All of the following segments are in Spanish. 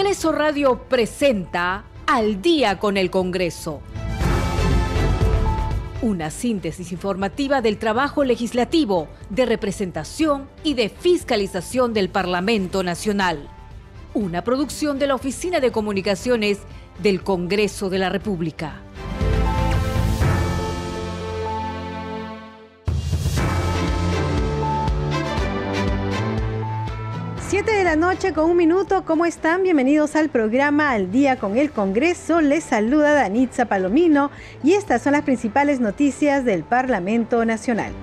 Congreso Radio presenta Al Día con el Congreso. Una síntesis informativa del trabajo legislativo, de representación y de fiscalización del Parlamento Nacional. Una producción de la Oficina de Comunicaciones del Congreso de la República. 7 de la noche con 1 minuto, ¿cómo están? Bienvenidos al programa Al Día con el Congreso. Les saluda Danitza Palomino y estas son las principales noticias del Parlamento Nacional.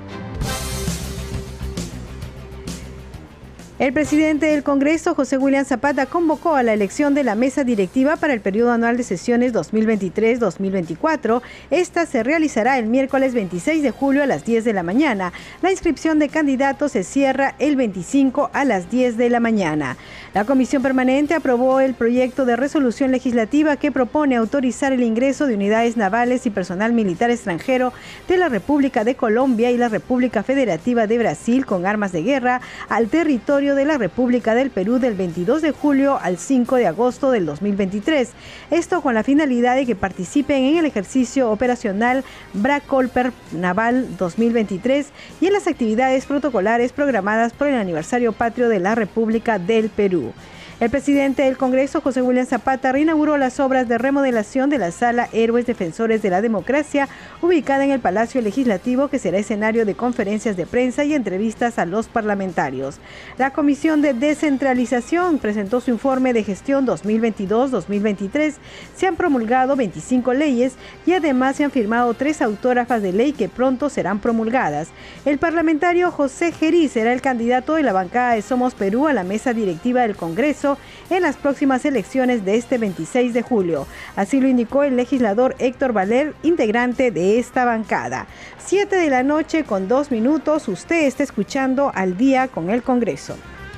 El presidente del Congreso, José William Zapata, convocó a la elección de la mesa directiva para el periodo anual de sesiones 2023-2024. Esta se realizará el miércoles 26 de julio a las 10 de la mañana. La inscripción de candidatos se cierra el 25 a las 10 de la mañana. La Comisión Permanente aprobó el proyecto de resolución legislativa que propone autorizar el ingreso de unidades navales y personal militar extranjero de la República de Colombia y la República Federativa de Brasil con armas de guerra al territorio de la República del Perú del 22 de julio al 5 de agosto del 2023. Esto con la finalidad de que participen en el ejercicio operacional Bracolper Naval 2023 y en las actividades protocolares programadas por el aniversario patrio de la República del Perú. El presidente del Congreso, José William Zapata, reinauguró las obras de remodelación de la Sala Héroes Defensores de la Democracia, ubicada en el Palacio Legislativo, que será escenario de conferencias de prensa y entrevistas a los parlamentarios. La Comisión de Descentralización presentó su informe de gestión 2022-2023. Se han promulgado 25 leyes y además se han firmado 3 autógrafas de ley que pronto serán promulgadas. El parlamentario José Gerí será el candidato de la bancada de Somos Perú a la mesa directiva del Congreso en las próximas elecciones de este 26 de julio. Así lo indicó el legislador Héctor Valer, integrante de esta bancada. 7 de la noche con 2 minutos, usted está escuchando Al Día con el Congreso.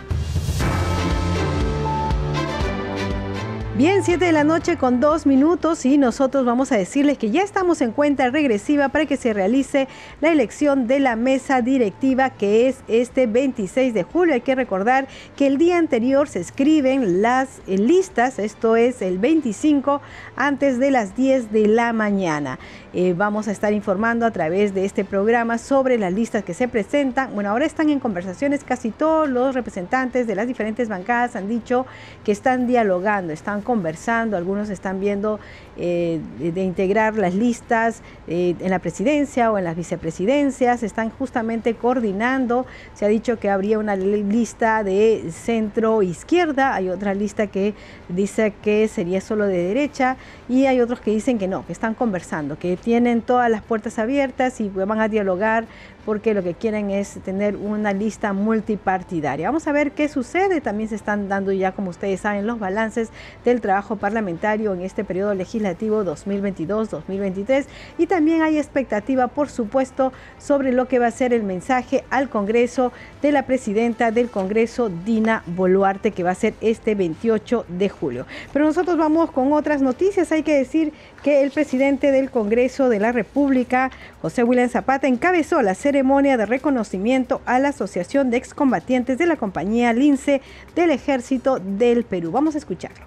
Bien, 7 de la noche con 2 minutos y nosotros vamos a decirles que ya estamos en cuenta regresiva para que se realice la elección de la mesa directiva, que es este 26 de julio. Hay que recordar que el día anterior se escriben las listas, esto es el 25 antes de las 10 de la mañana. Vamos a estar informando a través de este programa sobre las listas que se presentan. Bueno, ahora están en conversaciones, casi todos los representantes de las diferentes bancadas han dicho que están dialogando, están conversando, algunos están viendo de integrar las listas en la presidencia o en las vicepresidencias, están justamente coordinando. Se ha dicho que habría una lista de centro izquierda, hay otra lista que dice que sería solo de derecha y hay otros que dicen que no, que están conversando, que tienen todas las puertas abiertas y van a dialogar porque lo que quieren es tener una lista multipartidaria. Vamos a ver qué sucede. También se están dando ya, como ustedes saben, los balances del trabajo parlamentario en este periodo legislativo 2022-2023 y también hay expectativa, por supuesto, sobre lo que va a ser el mensaje al Congreso de la presidenta del Congreso, Dina Boluarte, que va a ser este 28 de julio. Pero nosotros vamos con otras noticias. Hay que decir que el presidente del Congreso de la República, José William Zapata, encabezó la ceremonia de reconocimiento a la Asociación de Excombatientes de la Compañía Lince del Ejército del Perú. Vamos a escucharlo.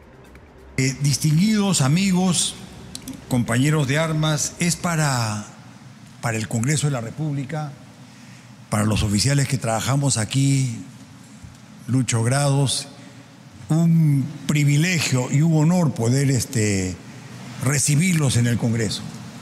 Distinguidos amigos, compañeros de armas, es para el Congreso de la República, para los oficiales que trabajamos aquí, Lucho Grados, un privilegio y un honor poder recibirlos en el Congreso.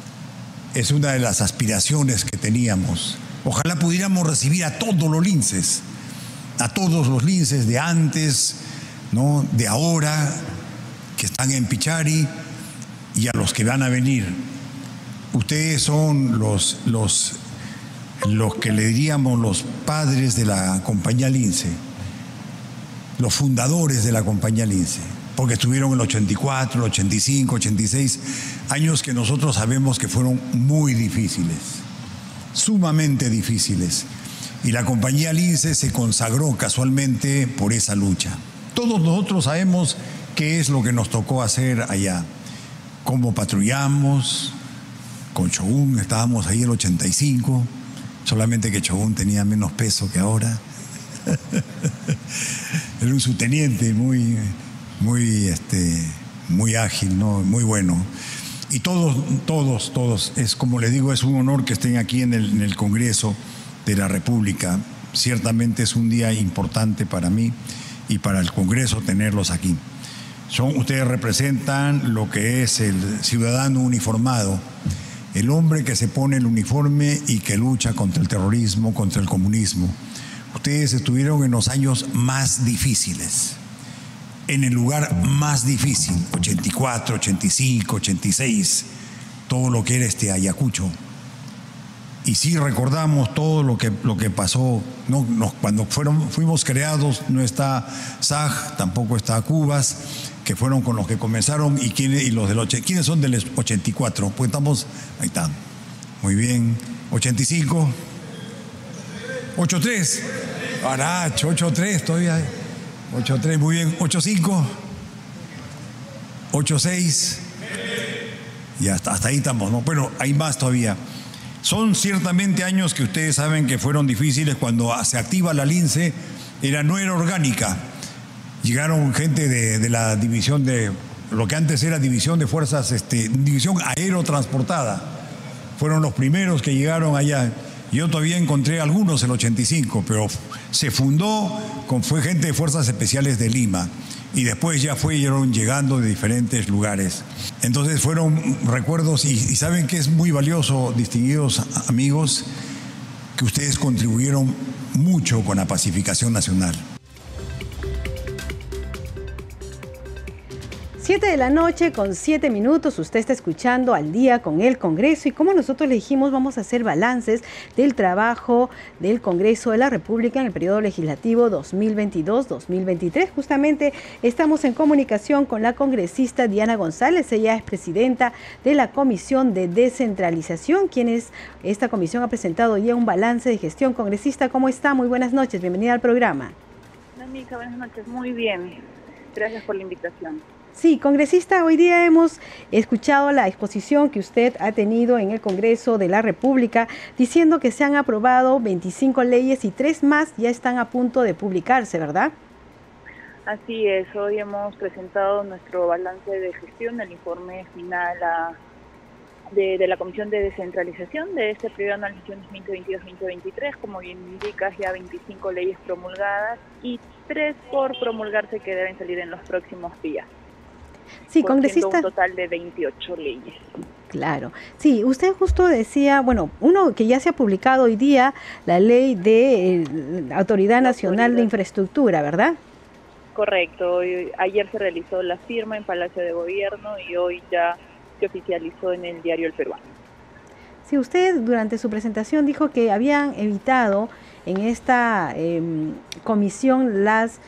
Es una de las aspiraciones que teníamos. Ojalá pudiéramos recibir a todos los linces, a todos los linces de antes, ¿no?, de ahora, que están en Pichari, y a los que van a venir. Ustedes son los que le diríamos los padres de la compañía Lince, los fundadores de la compañía Lince, porque estuvieron en el 84, el 85, 86, años que nosotros sabemos que fueron muy difíciles, sumamente difíciles. Y la compañía Lince se consagró casualmente por esa lucha. Todos nosotros sabemos qué es lo que nos tocó hacer allá, cómo patrullamos. Con Chogún estábamos ahí en el 85, solamente que Chogún tenía menos peso que ahora. Era un subteniente muy muy ágil, ¿no? Muy bueno. Y todos, es como le digo, es un honor que estén aquí en el Congreso de la República. Ciertamente es un día importante para mí y para el Congreso tenerlos aquí. Ustedes representan lo que es el ciudadano uniformado, el hombre que se pone el uniforme y que lucha contra el terrorismo, contra el comunismo. Ustedes estuvieron en los años más difíciles, en el lugar más difícil, 84, 85, 86, todo lo que era Ayacucho. Y sí recordamos todo lo que pasó, cuando fuimos creados. No está SAG, tampoco está Cubas, que fueron con los que comenzaron, y los del 80. ¿Quiénes son del 84? Pues estamos, ahí están. Muy bien. 85. 83. Aracho, 83 todavía. 83, muy bien. 85. 86. Y hasta ahí estamos, ¿no? Bueno, hay más todavía. Son ciertamente años que ustedes saben que fueron difíciles. Cuando se activa la LINCE, no era orgánica. Llegaron gente de la división de, lo que antes era división de fuerzas, división aerotransportada. Fueron los primeros que llegaron allá. Yo todavía encontré algunos en el 85, pero se fundó, fue gente de Fuerzas Especiales de Lima. Y después ya fueron llegando de diferentes lugares. Entonces fueron recuerdos, y saben que es muy valioso, distinguidos amigos, que ustedes contribuyeron mucho con la pacificación nacional. 7:07 p.m. Usted está escuchando Al Día con el Congreso, y como nosotros le dijimos, vamos a hacer balances del trabajo del Congreso de la República en el periodo legislativo 2022-2023. Justamente estamos en comunicación con la congresista Diana González. Ella es presidenta de la Comisión de Descentralización, esta comisión ha presentado ya un balance de gestión. Congresista, ¿cómo está? Muy buenas noches, bienvenida al programa. Mica, buenas noches, muy bien. Gracias por la invitación. Sí, congresista, hoy día hemos escuchado la exposición que usted ha tenido en el Congreso de la República, diciendo que se han aprobado 25 leyes y 3 más ya están a punto de publicarse, ¿verdad? Así es, hoy hemos presentado nuestro balance de gestión, el informe final de la Comisión de Descentralización de este periodo anual de sesiones 2022-2023. Como bien indicas, ya 25 leyes promulgadas y 3 por promulgarse que deben salir en los próximos días. Sí, congresista. Un total de 28 leyes. Claro. Sí, usted justo decía, bueno, uno que ya se ha publicado hoy día, la ley de Autoridad Nacional de Infraestructura, ¿verdad? Correcto. Ayer se realizó la firma en Palacio de Gobierno y hoy ya se oficializó en el diario El Peruano. Sí, usted durante su presentación dijo que habían evitado en esta comisión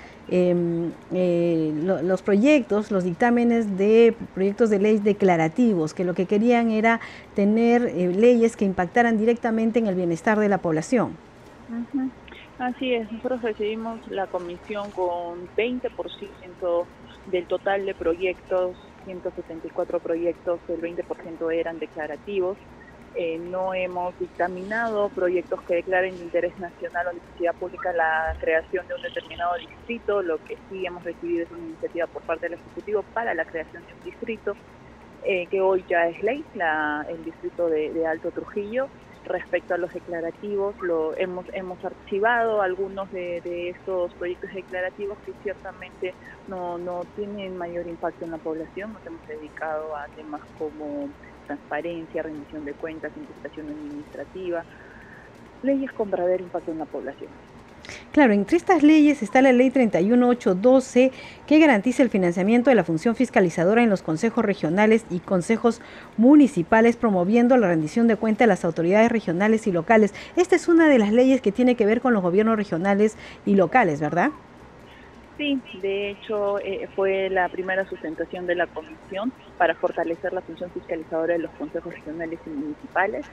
los proyectos, los dictámenes de proyectos de ley declarativos, que lo que querían era tener leyes que impactaran directamente en el bienestar de la población. Así es, nosotros recibimos la comisión con 20% del total de proyectos, 174 proyectos, el 20% eran declarativos. No hemos dictaminado proyectos que declaren de interés nacional o de necesidad pública la creación de un determinado distrito. Lo que sí hemos recibido es una iniciativa por parte del Ejecutivo para la creación de un distrito, que hoy ya es ley, el distrito de Alto Trujillo. Respecto a los declarativos, hemos archivado algunos de estos proyectos declarativos que ciertamente no tienen mayor impacto en la población. Nos hemos dedicado a temas como transparencia, rendición de cuentas, simplificación administrativa, leyes con verdadero impacto en la población. Claro, entre estas leyes está la ley 31812, que garantiza el financiamiento de la función fiscalizadora en los consejos regionales y consejos municipales, promoviendo la rendición de cuentas de las autoridades regionales y locales. Esta es una de las leyes que tiene que ver con los gobiernos regionales y locales, ¿verdad? Sí, de hecho fue la primera sustentación de la comisión para fortalecer la función fiscalizadora de los consejos regionales y municipales.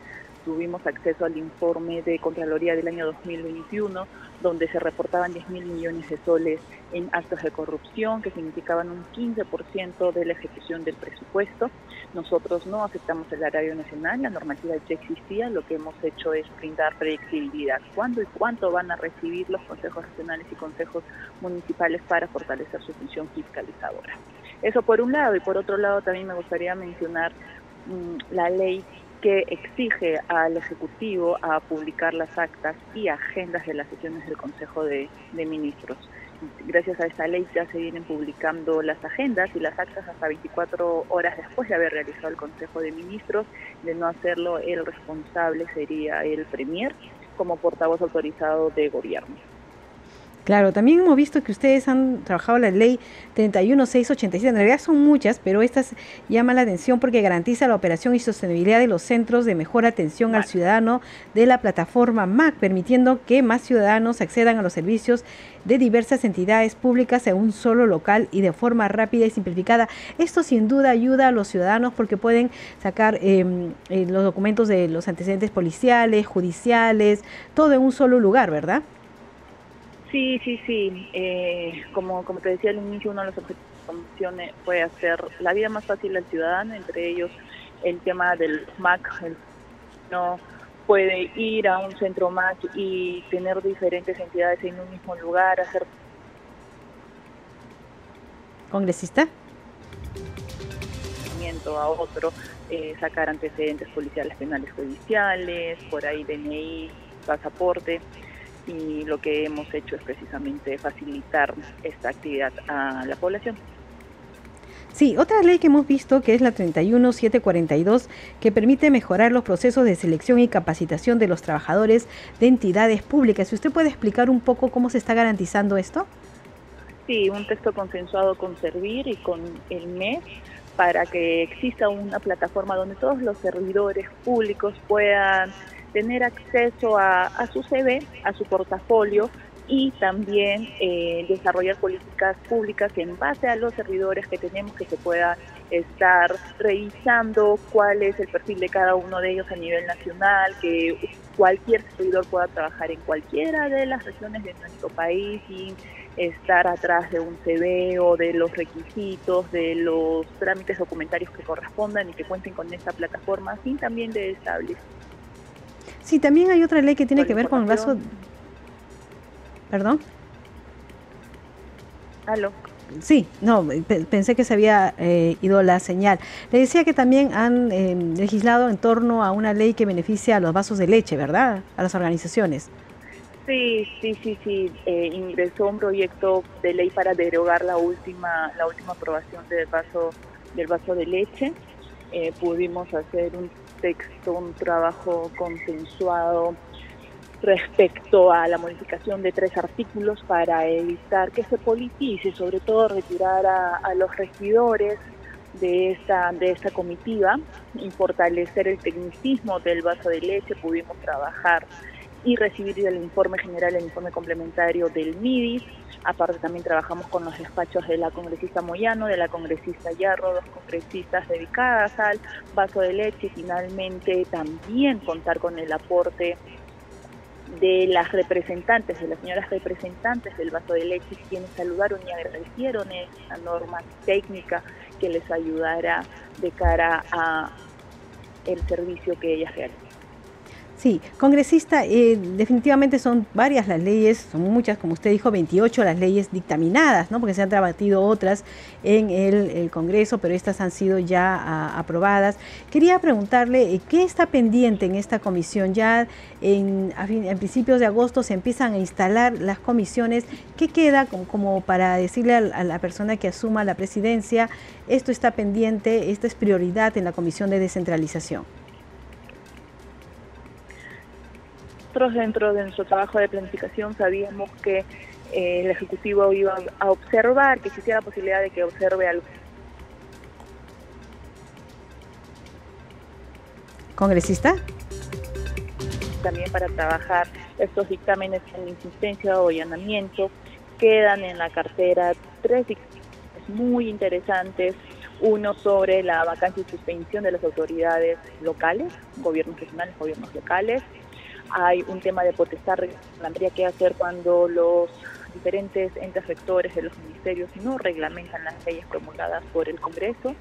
tuvimos acceso al informe de Contraloría del año 2021, donde se reportaban 10.000 millones de soles en actos de corrupción, que significaban un 15% de la ejecución del presupuesto. Nosotros no aceptamos el erario nacional, la normativa ya existía, lo que hemos hecho es brindar flexibilidad. ¿Cuándo y cuánto van a recibir los consejos regionales y consejos municipales para fortalecer su función fiscalizadora? Eso por un lado, y por otro lado también me gustaría mencionar la ley que exige al Ejecutivo a publicar las actas y agendas de las sesiones del Consejo de Ministros. Gracias a esta ley ya se vienen publicando las agendas y las actas hasta 24 horas después de haber realizado el Consejo de Ministros. De no hacerlo, el responsable sería el Premier como portavoz autorizado de gobierno. Claro, también hemos visto que ustedes han trabajado la ley 31687, en realidad son muchas, pero estas llaman la atención porque garantiza la operación y sostenibilidad de los centros de mejor atención al ciudadano de la plataforma MAC, permitiendo que más ciudadanos accedan a los servicios de diversas entidades públicas en un solo local y de forma rápida y simplificada. Esto sin duda ayuda a los ciudadanos porque pueden sacar los documentos de los antecedentes policiales, judiciales, todo en un solo lugar, ¿verdad? Sí. Como te decía al inicio, uno de los objetivos de la comisión fue hacer la vida más fácil al ciudadano, entre ellos el tema del MAC. No puede ir a un centro MAC y tener diferentes entidades en un mismo lugar, hacer... ¿Congresista? A otro, sacar antecedentes policiales, penales, judiciales, por ahí DNI, pasaporte. Y lo que hemos hecho es precisamente facilitar esta actividad a la población. Sí, otra ley que hemos visto que es la 31742, que permite mejorar los procesos de selección y capacitación de los trabajadores de entidades públicas. Si usted puede explicar un poco cómo se está garantizando esto. Sí, un texto consensuado con Servir y con el MES para que exista una plataforma donde todos los servidores públicos puedan tener acceso a su CV, a su portafolio y también desarrollar políticas públicas en base a los servidores que tenemos, que se pueda estar revisando cuál es el perfil de cada uno de ellos a nivel nacional, que cualquier servidor pueda trabajar en cualquiera de las regiones de nuestro país sin estar atrás de un CV o de los requisitos, de los trámites documentarios que correspondan y que cuenten con esta plataforma, sin también de establecer. Sí, también hay otra ley que tiene que ver con el gasto... ¿Perdón? ¿Aló? Sí, no, pensé que se había ido la señal. Le decía que también han legislado en torno a una ley que beneficia a los vasos de leche, ¿verdad? A las organizaciones. Sí. Ingresó un proyecto de ley para derogar la última aprobación del vaso de leche. Pudimos hacer un texto, un trabajo consensuado respecto a la modificación de 3 artículos para evitar que se politice, sobre todo retirar a los regidores de esta comitiva y fortalecer el tecnicismo del vaso de leche. Pudimos trabajar y recibir el informe general, el informe complementario del MIDIS. Aparte también trabajamos con los despachos de la congresista Moyano, de la congresista Yarro, 2 congresistas dedicadas al vaso de leche, y finalmente también contar con el aporte de las representantes, de las señoras representantes del vaso de leche, quienes saludaron y agradecieron esta norma técnica que les ayudará de cara a el servicio que ellas realizan. Sí, congresista, definitivamente son varias las leyes, son muchas, como usted dijo, 28 las leyes dictaminadas, ¿no? Porque se han debatido otras en el Congreso, pero estas han sido ya aprobadas. Quería preguntarle, ¿qué está pendiente en esta comisión? Ya en principios de agosto se empiezan a instalar las comisiones. ¿Qué queda como para decirle a la persona que asuma la presidencia, esto está pendiente, esta es prioridad en la Comisión de Descentralización? Nosotros dentro de nuestro trabajo de planificación sabíamos que el Ejecutivo iba a observar, que existía la posibilidad de que observe algo. ¿Congresista? También para trabajar estos dictámenes en insistencia o allanamiento. Quedan en la cartera 3 dictámenes muy interesantes. Uno sobre la vacancia y suspensión de las autoridades locales, gobiernos regionales, gobiernos locales. Hay un tema de potestad reglamentaria que hacer cuando los diferentes entes rectores de los ministerios no reglamentan las leyes promulgadas por el Congreso.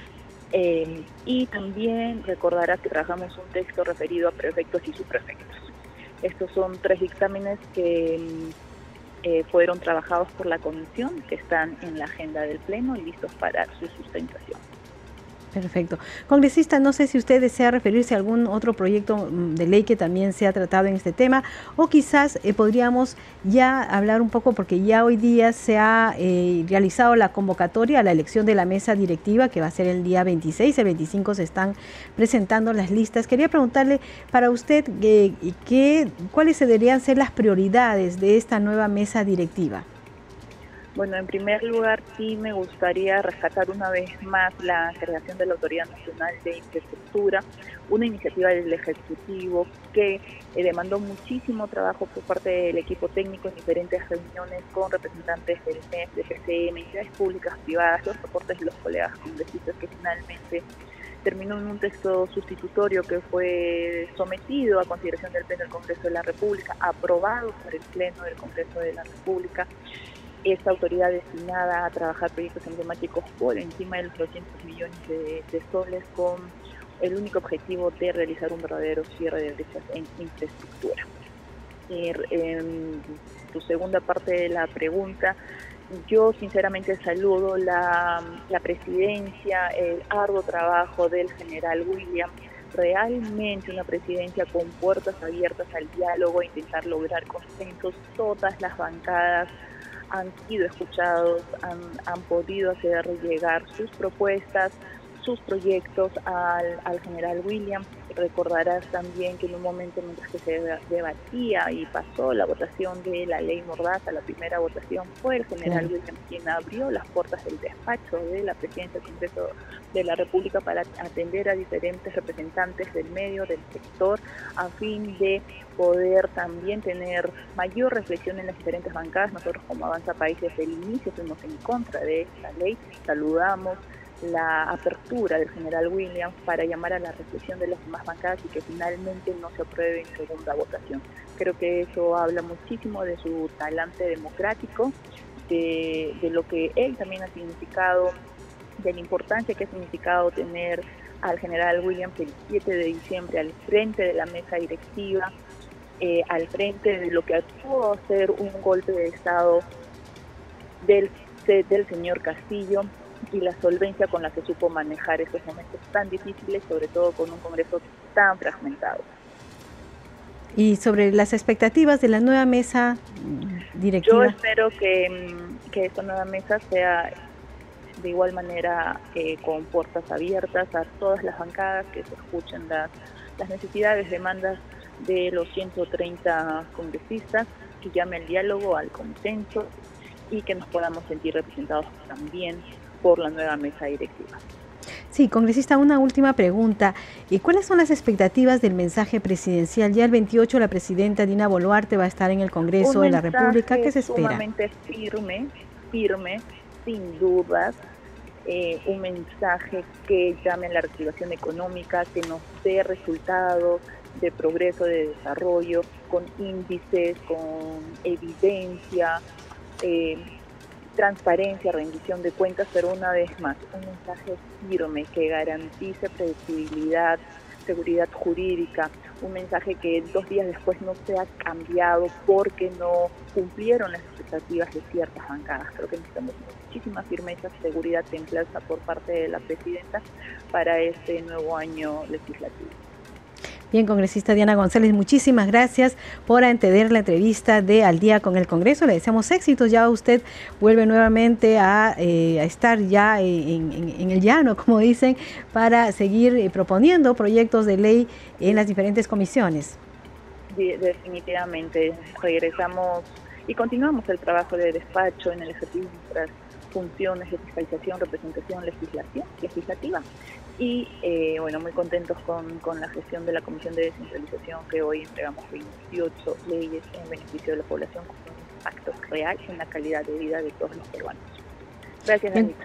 Y también recordarás que trabajamos un texto referido a prefectos y subprefectos. Estos son 3 dictámenes que fueron trabajados por la comisión, que están en la agenda del Pleno y listos para su sustentación. Perfecto. Congresista, no sé si usted desea referirse a algún otro proyecto de ley que también se ha tratado en este tema, o quizás podríamos ya hablar un poco, porque ya hoy día se ha realizado la convocatoria a la elección de la mesa directiva, que va a ser el día 26, el 25 se están presentando las listas. Quería preguntarle para usted cuáles deberían ser las prioridades de esta nueva mesa directiva. Bueno, en primer lugar, sí me gustaría rescatar una vez más la creación de la Autoridad Nacional de Infraestructura, una iniciativa del Ejecutivo que demandó muchísimo trabajo por parte del equipo técnico en diferentes reuniones con representantes del MES, de PCM, entidades públicas, privadas, los aportes de los colegas congresistas, que finalmente terminó en un texto sustitutorio que fue sometido a consideración del Pleno del Congreso de la República, aprobado por el Pleno del Congreso de la República. Esta autoridad destinada a trabajar proyectos emblemáticos por encima de los 200 millones de soles, con el único objetivo de realizar un verdadero cierre de brechas en infraestructura. En tu segunda parte de la pregunta, yo sinceramente saludo la presidencia, el arduo trabajo del general William, realmente una presidencia con puertas abiertas al diálogo, intentar lograr consensos. Todas las bancadas han sido escuchados, han podido hacer llegar sus propuestas, sus proyectos al general William. Recordarás también que en un momento mientras que se debatía y pasó la votación de la ley Mordaza, la primera votación, fue el general William quien abrió las puertas del despacho de la presidencia del Congreso de la República para atender a diferentes representantes del medio, del sector, a fin de poder también tener mayor reflexión en las diferentes bancadas. Nosotros como Avanza País desde el inicio fuimos en contra de esta ley, saludamos la apertura del general Williams para llamar a la reflexión de las demás bancadas y que finalmente no se apruebe en segunda votación. Creo que eso habla muchísimo de su talante democrático, de lo que él también ha significado, de la importancia que ha significado tener al general Williams el 7 de diciembre al frente de la mesa directiva, al frente de lo que pudo ser un golpe de Estado del señor Castillo, y la solvencia con la que supo manejar esos momentos tan difíciles, sobre todo con un Congreso tan fragmentado. Y sobre las expectativas de la nueva mesa directiva. Yo espero que esta nueva mesa sea de igual manera con puertas abiertas a todas las bancadas, que se escuchen las necesidades, demandas de los 130 congresistas, que llame al diálogo, al consenso, y que nos podamos sentir representados también por la nueva mesa directiva. Sí, congresista, una última pregunta. ¿Cuáles son las expectativas del mensaje presidencial? Ya el 28 la presidenta Dina Boluarte va a estar en el Congreso de la República. ¿Qué se espera? Sumamente firme, sin dudas. Un mensaje que llame a la reactivación económica, que nos dé resultados de progreso, de desarrollo, con índices, con evidencia, transparencia, rendición de cuentas, pero una vez más, un mensaje firme que garantice predictibilidad, seguridad jurídica, un mensaje que 2 días después no sea cambiado porque no cumplieron las expectativas de ciertas bancadas. Creo que necesitamos muchísima firmeza, seguridad templanza por parte de la presidenta para este nuevo año legislativo. Bien, congresista Diana González, muchísimas gracias por atender la entrevista de Al Día con el Congreso. Le deseamos éxitos. Ya usted vuelve nuevamente a estar ya en el llano, como dicen, para seguir proponiendo proyectos de ley en las diferentes comisiones. Definitivamente, regresamos y continuamos el trabajo de despacho en el ejercicio de nuestras funciones de fiscalización, representación, legislativa. Y bueno, muy contentos con la gestión de la Comisión de Descentralización, que hoy entregamos 28 leyes en beneficio de la población con un impacto real en la calidad de vida de todos los peruanos. Gracias, Anita.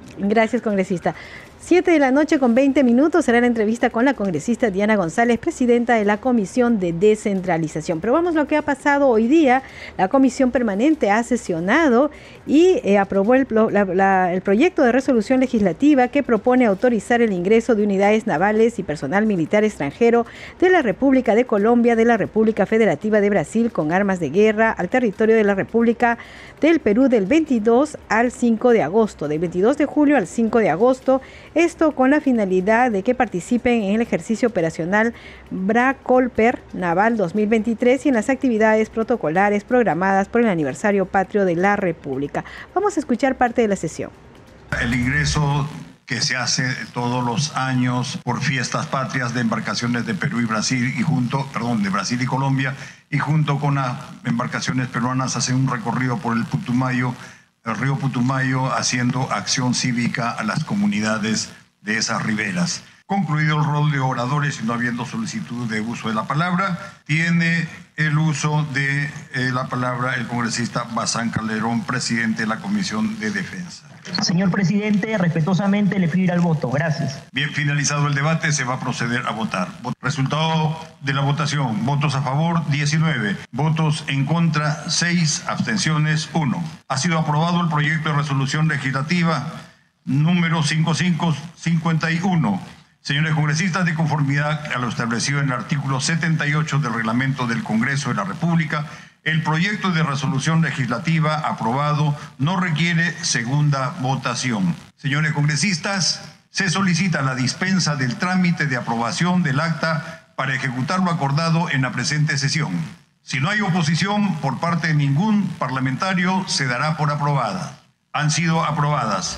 Gracias, congresista. 7:20 será la entrevista con la congresista Diana González, presidenta de la Comisión de Descentralización. Pero vamos a lo que ha pasado hoy día. La Comisión Permanente ha sesionado y aprobó el proyecto de resolución legislativa que propone autorizar el ingreso de unidades navales y personal militar extranjero de la República de Colombia, de la República Federativa de Brasil con armas de guerra al territorio de la República del Perú del 22 al 5 de agosto, del 22 de julio al 5 de agosto. Esto con la finalidad de que participen en el ejercicio operacional Bracolper Naval 2023 y en las actividades protocolares programadas por el aniversario patrio de la República. Vamos a escuchar parte de la sesión. El ingreso que se hace todos los años por fiestas patrias de embarcaciones de Perú y Brasil de Brasil y Colombia, y junto con las embarcaciones peruanas hacen un recorrido por el río Putumayo, haciendo acción cívica a las comunidades de esas riberas. Concluido el rol de oradores y no habiendo solicitud de uso de la palabra, tiene el uso de la palabra el congresista Bazán Calderón, presidente de la Comisión de Defensa. Señor presidente, respetuosamente le pido ir al voto. Gracias. Bien, finalizado el debate, se va a proceder a votar. Resultado de la votación: votos a favor 19, votos en contra 6, abstenciones 1. Ha sido aprobado el proyecto de resolución legislativa número 5551. Señores congresistas, de conformidad a lo establecido en el artículo 78 del reglamento del Congreso de la República, el proyecto de resolución legislativa aprobado no requiere segunda votación. Señores congresistas, se solicita la dispensa del trámite de aprobación del acta para ejecutar lo acordado en la presente sesión. Si no hay oposición por parte de ningún parlamentario, se dará por aprobada. Han sido aprobadas.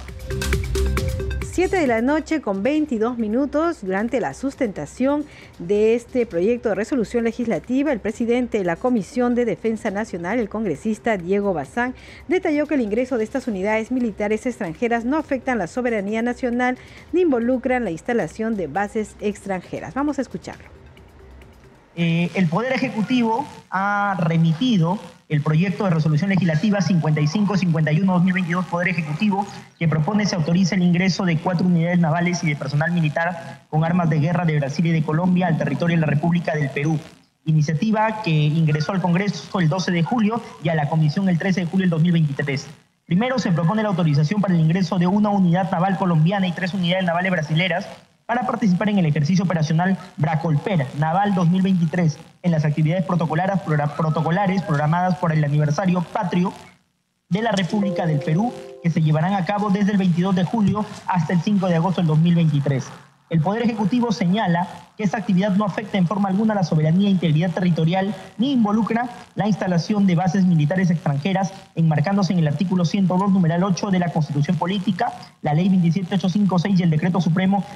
7:22 durante la sustentación de este proyecto de resolución legislativa, el presidente de la Comisión de Defensa Nacional, el congresista Diego Bazán, detalló que el ingreso de estas unidades militares extranjeras no afectan la soberanía nacional ni involucran la instalación de bases extranjeras. Vamos a escucharlo. El Poder Ejecutivo ha remitido el proyecto de resolución legislativa 5551-2022, Poder Ejecutivo, que propone se autorice el ingreso de 4 unidades navales y de personal militar con armas de guerra de Brasil y de Colombia al territorio de la República del Perú. Iniciativa que ingresó al Congreso el 12 de julio y a la Comisión el 13 de julio del 2023. Primero, se propone la autorización para el ingreso de 1 unidad naval colombiana y 3 unidades navales brasileras para participar en el ejercicio operacional Bracolper Naval 2023 en las actividades protocolares programadas por el aniversario patrio de la República del Perú, que se llevarán a cabo desde el 22 de julio hasta el 5 de agosto del 2023. El Poder Ejecutivo señala que esta actividad no afecta en forma alguna la soberanía e integridad territorial ni involucra la instalación de bases militares extranjeras, enmarcándose en el artículo 102, numeral 8 de la Constitución Política, la Ley 27856 y el Decreto Supremo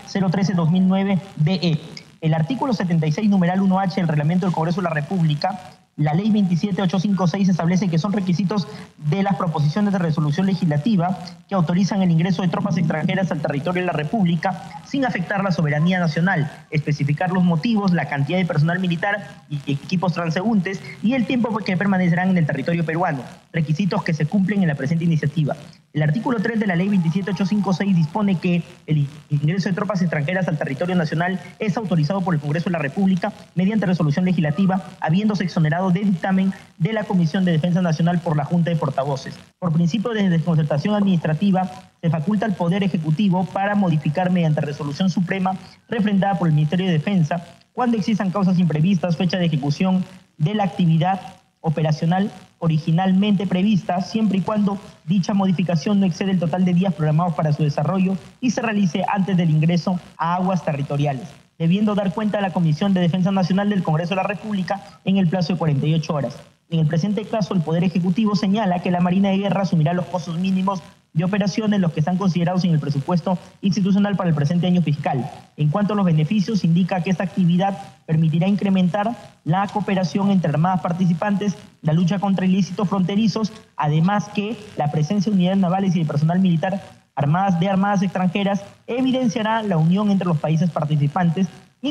013-2009-DE. El artículo 76, numeral 1H del Reglamento del Congreso de la República, la Ley 27856 establece que son requisitos de las proposiciones de resolución legislativa que autorizan el ingreso de tropas extranjeras al territorio de la República sin afectar la soberanía nacional, especificar los motivos, la cantidad de personal militar y equipos transeúntes y el tiempo que permanecerán en el territorio peruano, requisitos que se cumplen en la presente iniciativa. El artículo 3 de la Ley 27856 dispone que el ingreso de tropas extranjeras al territorio nacional es autorizado por el Congreso de la República mediante resolución legislativa, habiéndose exonerado de dictamen de la Comisión de Defensa Nacional por la Junta de Portavoces. Por principio de desconcertación administrativa, se faculta al Poder Ejecutivo para modificar mediante resolución suprema refrendada por el Ministerio de Defensa cuando existan causas imprevistas, fecha de ejecución de la actividad operacional originalmente prevista, siempre y cuando dicha modificación no excede el total de días programados para su desarrollo y se realice antes del ingreso a aguas territoriales, debiendo dar cuenta a la Comisión de Defensa Nacional del Congreso de la República en el plazo de 48 horas. En el presente caso, el Poder Ejecutivo señala que la Marina de Guerra asumirá los costos mínimos de operaciones, los que están considerados en el presupuesto institucional para el presente año fiscal. En cuanto a los beneficios, indica que esta actividad permitirá incrementar la cooperación entre armadas participantes, la lucha contra ilícitos fronterizos, además que la presencia de unidades navales y de personal militar armadas extranjeras evidenciará la unión entre los países participantes,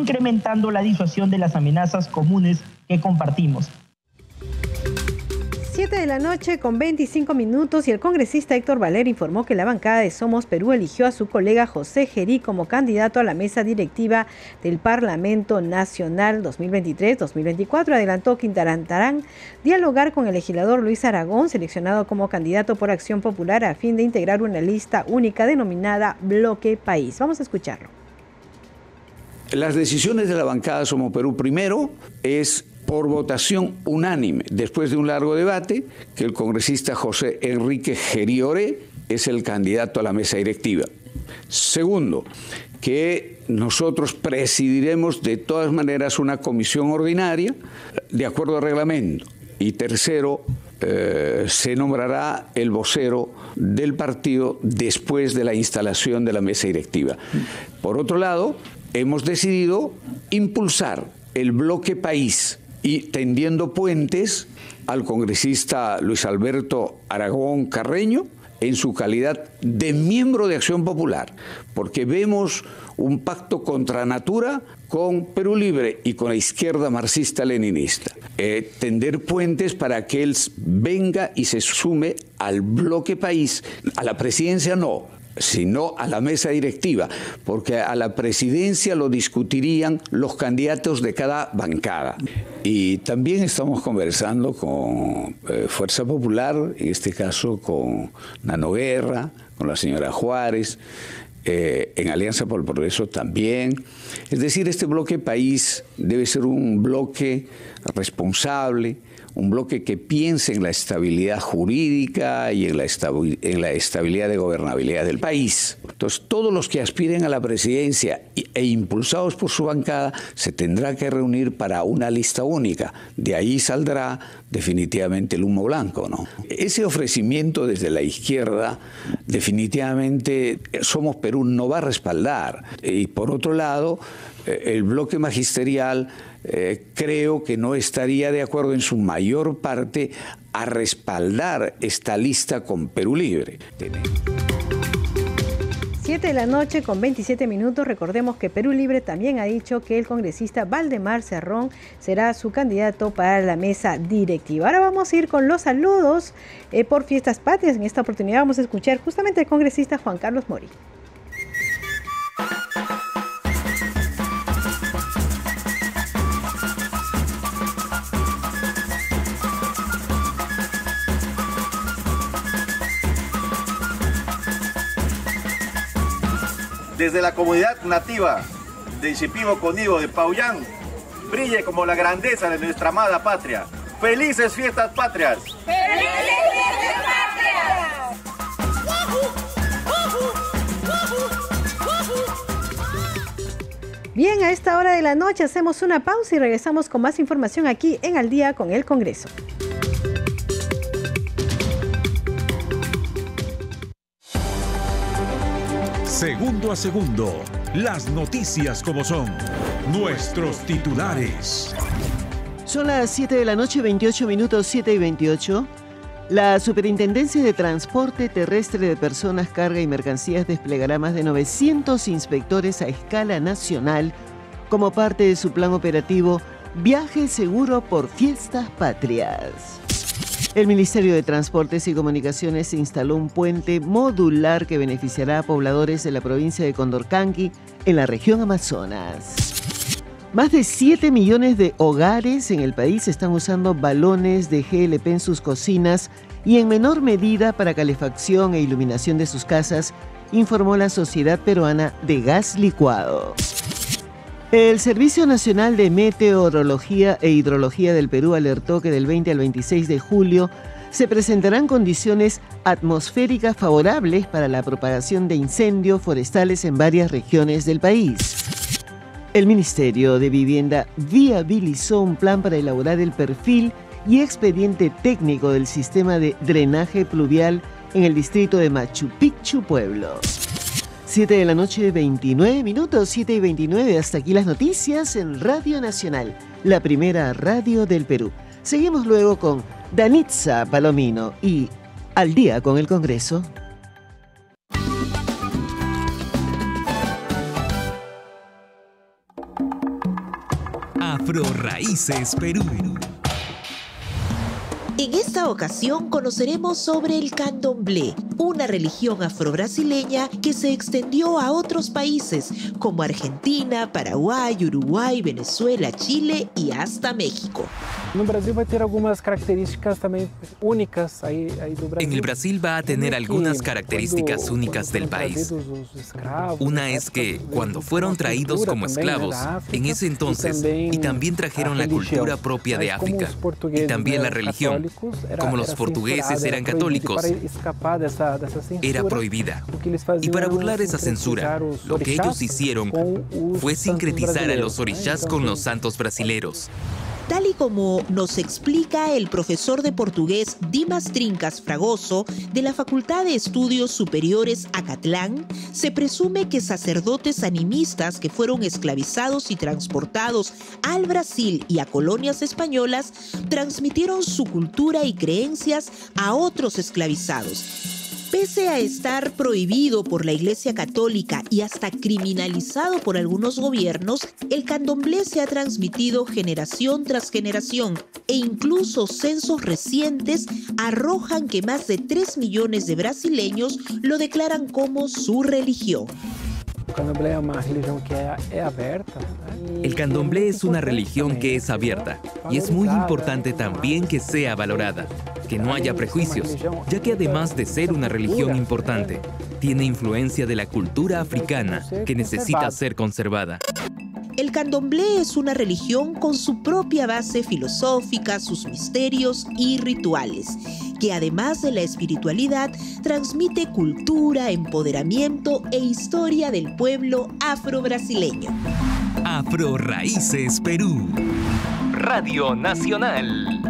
incrementando la disuasión de las amenazas comunes que compartimos. 7 de la noche con 25 minutos y el congresista Héctor Valer informó que la bancada de Somos Perú eligió a su colega José Gerí como candidato a la mesa directiva del Parlamento Nacional 2023-2024. Adelantó que intentarán dialogar con el legislador Luis Aragón, seleccionado como candidato por Acción Popular, a fin de integrar una lista única denominada Bloque País. Vamos a escucharlo. Las decisiones de la bancada Somos Perú primero es por votación unánime, después de un largo debate, que el congresista José Enrique Gerí Oré es el candidato a la mesa directiva. Segundo, que nosotros presidiremos de todas maneras una comisión ordinaria de acuerdo al reglamento. Y tercero, se nombrará el vocero del partido después de la instalación de la mesa directiva. Por otro lado, hemos decidido impulsar el bloque país y tendiendo puentes al congresista Luis Alberto Aragón Carreño en su calidad de miembro de Acción Popular, porque vemos un pacto contra natura con Perú Libre y con la izquierda marxista-leninista. Tender puentes para que él venga y se sume al bloque país, a la presidencia no, sino a la mesa directiva, porque a la presidencia lo discutirían los candidatos de cada bancada. Y también estamos conversando con Fuerza Popular, en este caso con Nano Guerra, con la señora Juárez, en Alianza por el Progreso también. Es decir, este bloque país debe ser un bloque responsable, un bloque que piense en la estabilidad jurídica y en la estabilidad de gobernabilidad del país. Entonces, todos los que aspiren a la presidencia e impulsados por su bancada se tendrá que reunir para una lista única. De ahí saldrá definitivamente el humo blanco, ¿no? Ese ofrecimiento desde la izquierda definitivamente Somos Perú no va a respaldar. Y por otro lado, el bloque magisterial creo que no estaría de acuerdo en su mayor parte a respaldar esta lista con Perú Libre. 7 de la noche con 27 minutos. Recordemos que Perú Libre también ha dicho que el congresista Valdemar Cerrón será su candidato para la mesa directiva. Ahora vamos a ir con los saludos por Fiestas Patrias. En esta oportunidad vamos a escuchar justamente al congresista Juan Carlos Mori. Desde la comunidad nativa de Shipibo Conibo de Pauyán, brille como la grandeza de nuestra amada patria. ¡Felices Fiestas Patrias! ¡Felices Fiestas Patrias! Bien, a esta hora de la noche hacemos una pausa y regresamos con más información aquí en Al Día con el Congreso. Segundo a segundo, las noticias como son, nuestros titulares. Son las 7 de la noche, 28 minutos, 7 y 28. La Superintendencia de Transporte Terrestre de Personas, Carga y Mercancías desplegará más de 900 inspectores a escala nacional como parte de su plan operativo Viaje Seguro por Fiestas Patrias. El Ministerio de Transportes y Comunicaciones instaló un puente modular que beneficiará a pobladores de la provincia de Condorcanqui en la región Amazonas. Más de 7 millones de hogares en el país están usando balones de GLP en sus cocinas y en menor medida para calefacción e iluminación de sus casas, informó la Sociedad Peruana de Gas Licuado. El Servicio Nacional de Meteorología e Hidrología del Perú alertó que del 20 al 26 de julio se presentarán condiciones atmosféricas favorables para la propagación de incendios forestales en varias regiones del país. El Ministerio de Vivienda viabilizó un plan para elaborar el perfil y expediente técnico del sistema de drenaje pluvial en el distrito de Machu Picchu, Pueblo. 7 de la noche, 29 minutos, 7 y 29. Hasta aquí las noticias en Radio Nacional, la primera radio del Perú. Seguimos luego con Danitza Palomino y Al Día con el Congreso. Afro Raíces Perú. En esta ocasión conoceremos sobre el candomblé, una religión afrobrasileña que se extendió a otros países como Argentina, Paraguay, Uruguay, Venezuela, Chile y hasta México. No Brasil va a tener algunas características también únicas ahí do Brasil. En el Brasil va a tener algunas características únicas del país. Una es que cuando fueron traídos como esclavos, en ese entonces, y también trajeron la cultura propia de África, y también la religión, como los portugueses eran católicos, era prohibida. Y para burlar esa censura, lo que ellos hicieron fue sincretizar a los orixás con los santos brasileros. Tal y como nos explica el profesor de portugués Dimas Trincas Fragoso de la Facultad de Estudios Superiores Acatlán, se presume que sacerdotes animistas que fueron esclavizados y transportados al Brasil y a colonias españolas transmitieron su cultura y creencias a otros esclavizados. Pese a estar prohibido por la Iglesia Católica y hasta criminalizado por algunos gobiernos, el candomblé se ha transmitido generación tras generación e incluso censos recientes arrojan que más de 3 millones de brasileños lo declaran como su religión. El candomblé es una religión que es abierta y es muy importante también que sea valorada, que no haya prejuicios, ya que además de ser una religión importante, tiene influencia de la cultura africana que necesita ser conservada. El candomblé es una religión con su propia base filosófica, sus misterios y rituales, que además de la espiritualidad, transmite cultura, empoderamiento e historia del pueblo afrobrasileño. Afro Raíces Perú. Radio Nacional.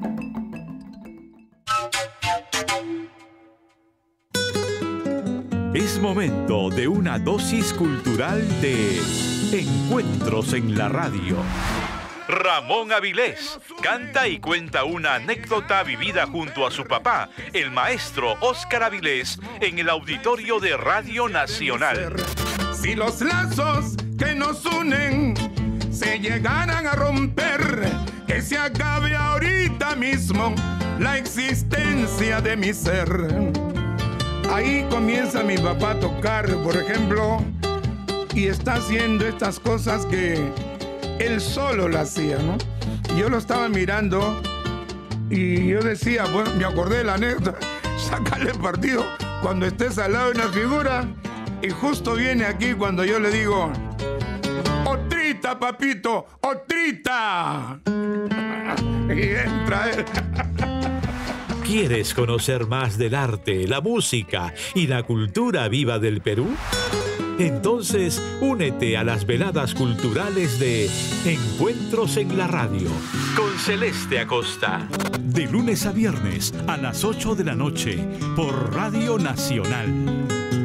Es momento de una dosis cultural de Encuentros en la Radio. Ramón Avilés canta y cuenta una anécdota vivida junto a su papá, el maestro Óscar Avilés, en el auditorio de Radio Nacional. Si los lazos que nos unen se llegaran a romper, que se acabe ahorita mismo la existencia de mi ser. Ahí comienza mi papá a tocar, por ejemplo, y está haciendo estas cosas que él solo lo hacía, ¿no? Y yo lo estaba mirando y yo decía, bueno, me acordé de la anécdota, sácale partido cuando estés al lado de una figura y justo viene aquí cuando yo le digo, ¡otrita, papito! ¡Otrita! Y entra él. ¿Quieres conocer más del arte, la música y la cultura viva del Perú? Entonces, únete a las veladas culturales de Encuentros en la Radio con Celeste Acosta. De lunes a viernes a las 8 de la noche por Radio Nacional.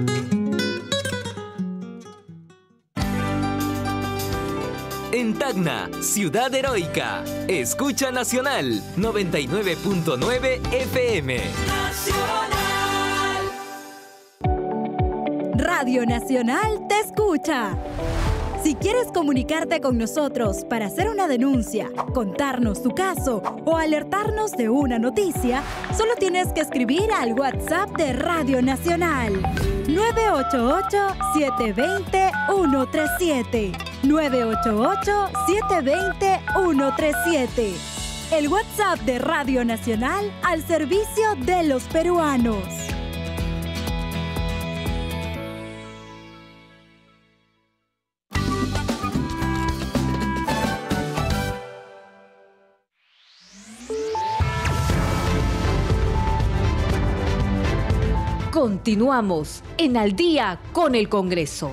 En Tacna, Ciudad Heroica, escucha Nacional 99.9 FM. Radio Nacional te escucha. Si quieres comunicarte con nosotros para hacer una denuncia, contarnos tu caso o alertarnos de una noticia, solo tienes que escribir al WhatsApp de Radio Nacional 988-720-137. 988-720-137. El WhatsApp de Radio Nacional al servicio de los peruanos. Continuamos en Al Día con el Congreso.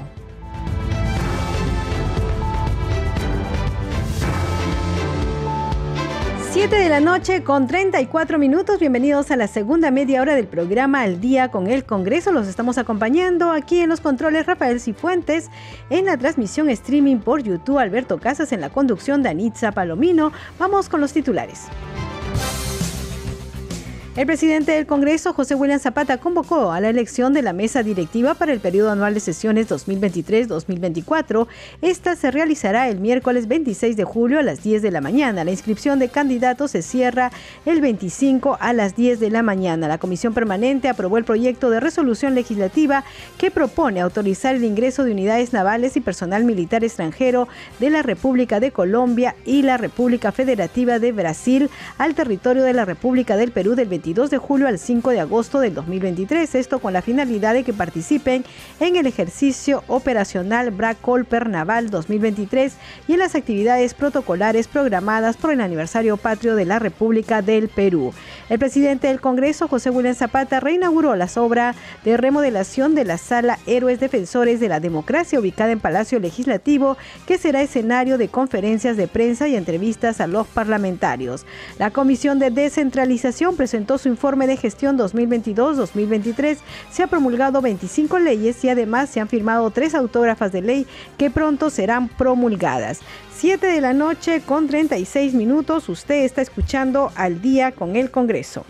Siete de la noche con 34 minutos. Bienvenidos a la segunda media hora del programa Al Día con el Congreso. Los estamos acompañando aquí en los controles Rafael Cifuentes, en la transmisión streaming por YouTube Alberto Casas, en la conducción Danitza Palomino. Vamos con los titulares. El presidente del Congreso, José William Zapata, convocó a la elección de la mesa directiva para el periodo anual de sesiones 2023-2024. Esta se realizará el miércoles 26 de julio a las 10 de la mañana. La inscripción de candidatos se cierra el 25 a las 10 de la mañana. La Comisión Permanente aprobó el proyecto de resolución legislativa que propone autorizar el ingreso de unidades navales y personal militar extranjero de la República de Colombia y la República Federativa de Brasil al territorio de la República del Perú del 22 de julio al 5 de agosto del 2023. Esto con la finalidad de que participen en el ejercicio operacional Bracolper Naval 2023 y en las actividades protocolares programadas por el aniversario patrio de la República del Perú. El presidente del Congreso, José William Zapata, reinauguró las obras de remodelación de la Sala Héroes Defensores de la Democracia ubicada en Palacio Legislativo, que será escenario de conferencias de prensa y entrevistas a los parlamentarios. La Comisión de Descentralización presentó su informe de gestión 2022-2023. Se han promulgado 25 leyes y además se han firmado 3 autógrafas de ley que pronto serán promulgadas. 7 de la noche con 36 minutos. Usted está escuchando Al Día con el Congreso.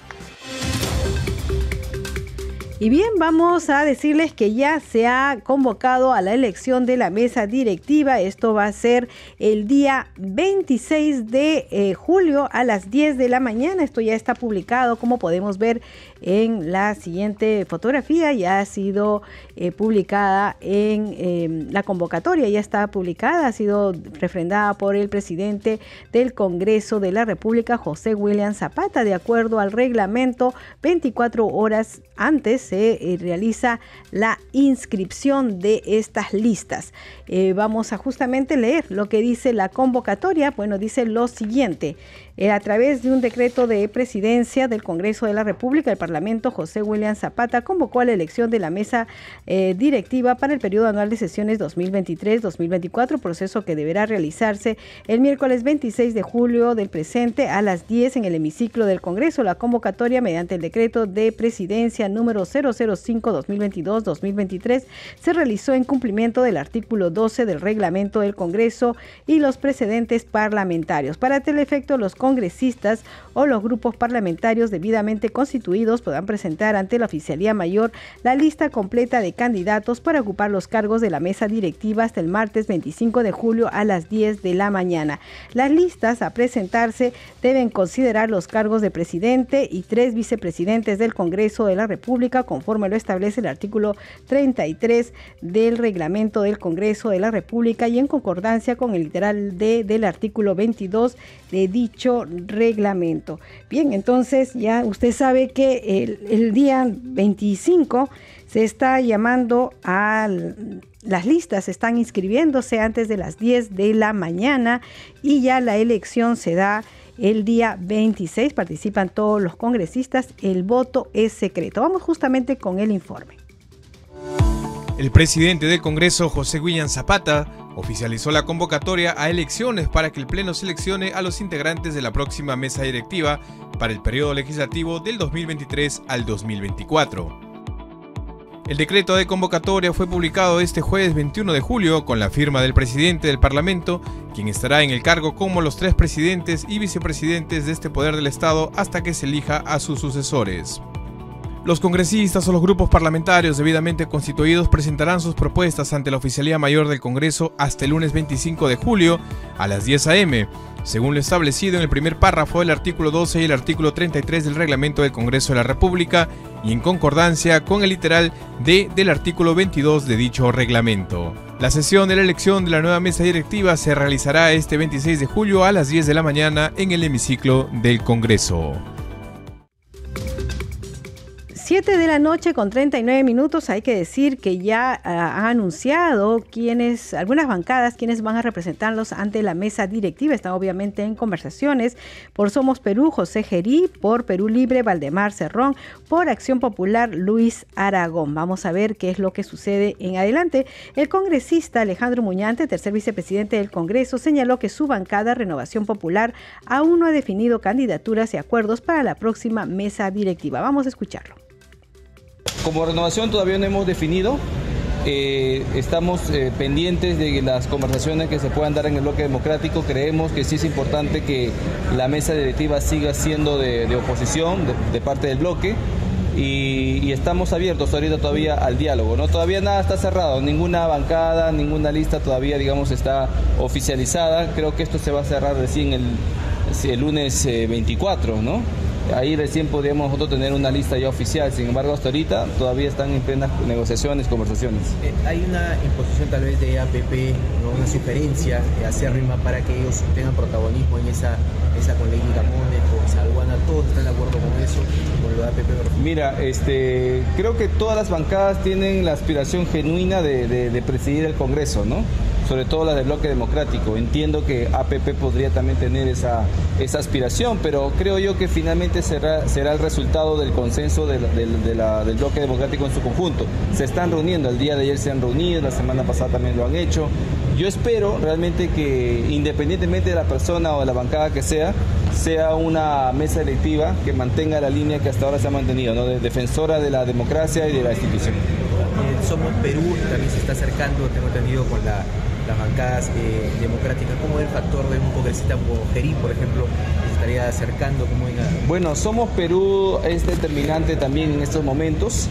Y bien, vamos a decirles que ya se ha convocado a la elección de la mesa directiva. Esto va a ser el día 26 de julio a las 10 de la mañana. Esto ya está publicado, como podemos ver en la siguiente fotografía. Ya ha sido publicada en la convocatoria, ya está publicada, ha sido refrendada por el presidente del Congreso de la República, José William Zapata. De acuerdo al reglamento, 24 horas antes se realiza la inscripción de estas listas. Vamos a justamente leer lo que dice la convocatoria. Bueno, dice lo siguiente. A través de un decreto de presidencia del Congreso de la República, el Parlamento, José William Zapata convocó a la elección de la mesa directiva para el periodo anual de sesiones 2023-2024, proceso que deberá realizarse el miércoles 26 de julio del presente a las 10 en el hemiciclo del Congreso. La convocatoria, mediante el decreto de presidencia número 005-2022-2023, se realizó en cumplimiento del artículo 12 del reglamento del Congreso y los precedentes parlamentarios. Para tal efecto, los congresistas o los grupos parlamentarios debidamente constituidos podrán presentar ante la Oficialía Mayor la lista completa de candidatos para ocupar los cargos de la mesa directiva hasta el martes 25 de julio a las 10 de la mañana. Las listas a presentarse deben considerar los cargos de presidente y 3 vicepresidentes del Congreso de la República, conforme lo establece el artículo 33 del reglamento del Congreso de la República y en concordancia con el literal D del artículo 22 de dicho reglamento. Bien, entonces ya usted sabe que el día 25 se está llamando a las listas, están inscribiéndose antes de las 10 de la mañana y ya la elección se da el día 26, participan todos los congresistas, el voto es secreto. Vamos justamente con el informe. El presidente del Congreso, José William Zapata, oficializó la convocatoria a elecciones para que el Pleno seleccione a los integrantes de la próxima mesa directiva para el periodo legislativo del 2023 al 2024. El decreto de convocatoria fue publicado este jueves 21 de julio con la firma del presidente del Parlamento, quien estará en el cargo como los 3 presidentes y vicepresidentes de este poder del Estado hasta que se elija a sus sucesores. Los congresistas o los grupos parlamentarios debidamente constituidos presentarán sus propuestas ante la Oficialía Mayor del Congreso hasta el lunes 25 de julio a las 10 a.m., según lo establecido en el primer párrafo del artículo 12 y el artículo 33 del reglamento del Congreso de la República y en concordancia con el literal D del artículo 22 de dicho reglamento. La sesión de la elección de la nueva mesa directiva se realizará este 26 de julio a las 10 de la mañana en el hemiciclo del Congreso. 7 de la noche con 39 minutos. Hay que decir que ya ha anunciado algunas bancadas, quienes van a representarlos ante la mesa directiva. Están obviamente en conversaciones. Por Somos Perú, José Gerí; por Perú Libre, Valdemar Cerrón; por Acción Popular, Luis Aragón. Vamos a ver qué es lo que sucede en adelante. El congresista Alejandro Muñante, tercer vicepresidente del Congreso, señaló que su bancada Renovación Popular aún no ha definido candidaturas y acuerdos para la próxima mesa directiva. Vamos a escucharlo. Como Renovación todavía no hemos definido Estamos pendientes de las conversaciones que se puedan dar en el bloque democrático. Creemos que sí es importante que la mesa directiva siga siendo de oposición, de parte del bloque. Y estamos abiertos ahorita todavía al diálogo, ¿no? Todavía nada está cerrado, ninguna bancada, ninguna lista todavía, digamos, está oficializada. Creo que esto se va a cerrar recién el lunes 24, ¿no? Ahí recién podríamos nosotros tener una lista ya oficial. Sin embargo, hasta ahorita todavía están en plenas negociaciones, conversaciones. Hay una imposición tal vez de APP, ¿no? Una sugerencia acérrima para que ellos tengan protagonismo en esa con Lady Camones, con Salguana. ¿Todos están de acuerdo con eso, con lo de APP? Mira, creo que todas las bancadas tienen la aspiración genuina de presidir el Congreso, ¿no? Sobre todo las del bloque democrático. Entiendo que APP podría también tener esa aspiración, pero creo yo que finalmente será el resultado del consenso del bloque democrático en su conjunto. Se están reuniendo, el día de ayer se han reunido, la semana pasada también lo han hecho. Yo espero realmente que, independientemente de la persona o de la bancada que sea una mesa electiva que mantenga la línea que hasta ahora se ha mantenido, ¿no? De defensora de la democracia y de la institución. Somos Perú, también se está acercando, tengo entendido, con las bancadas democráticas. ¿Cómo es el factor de un congresista como Gerí, por ejemplo, que se estaría acercando? Bueno, Somos Perú es determinante también en estos momentos.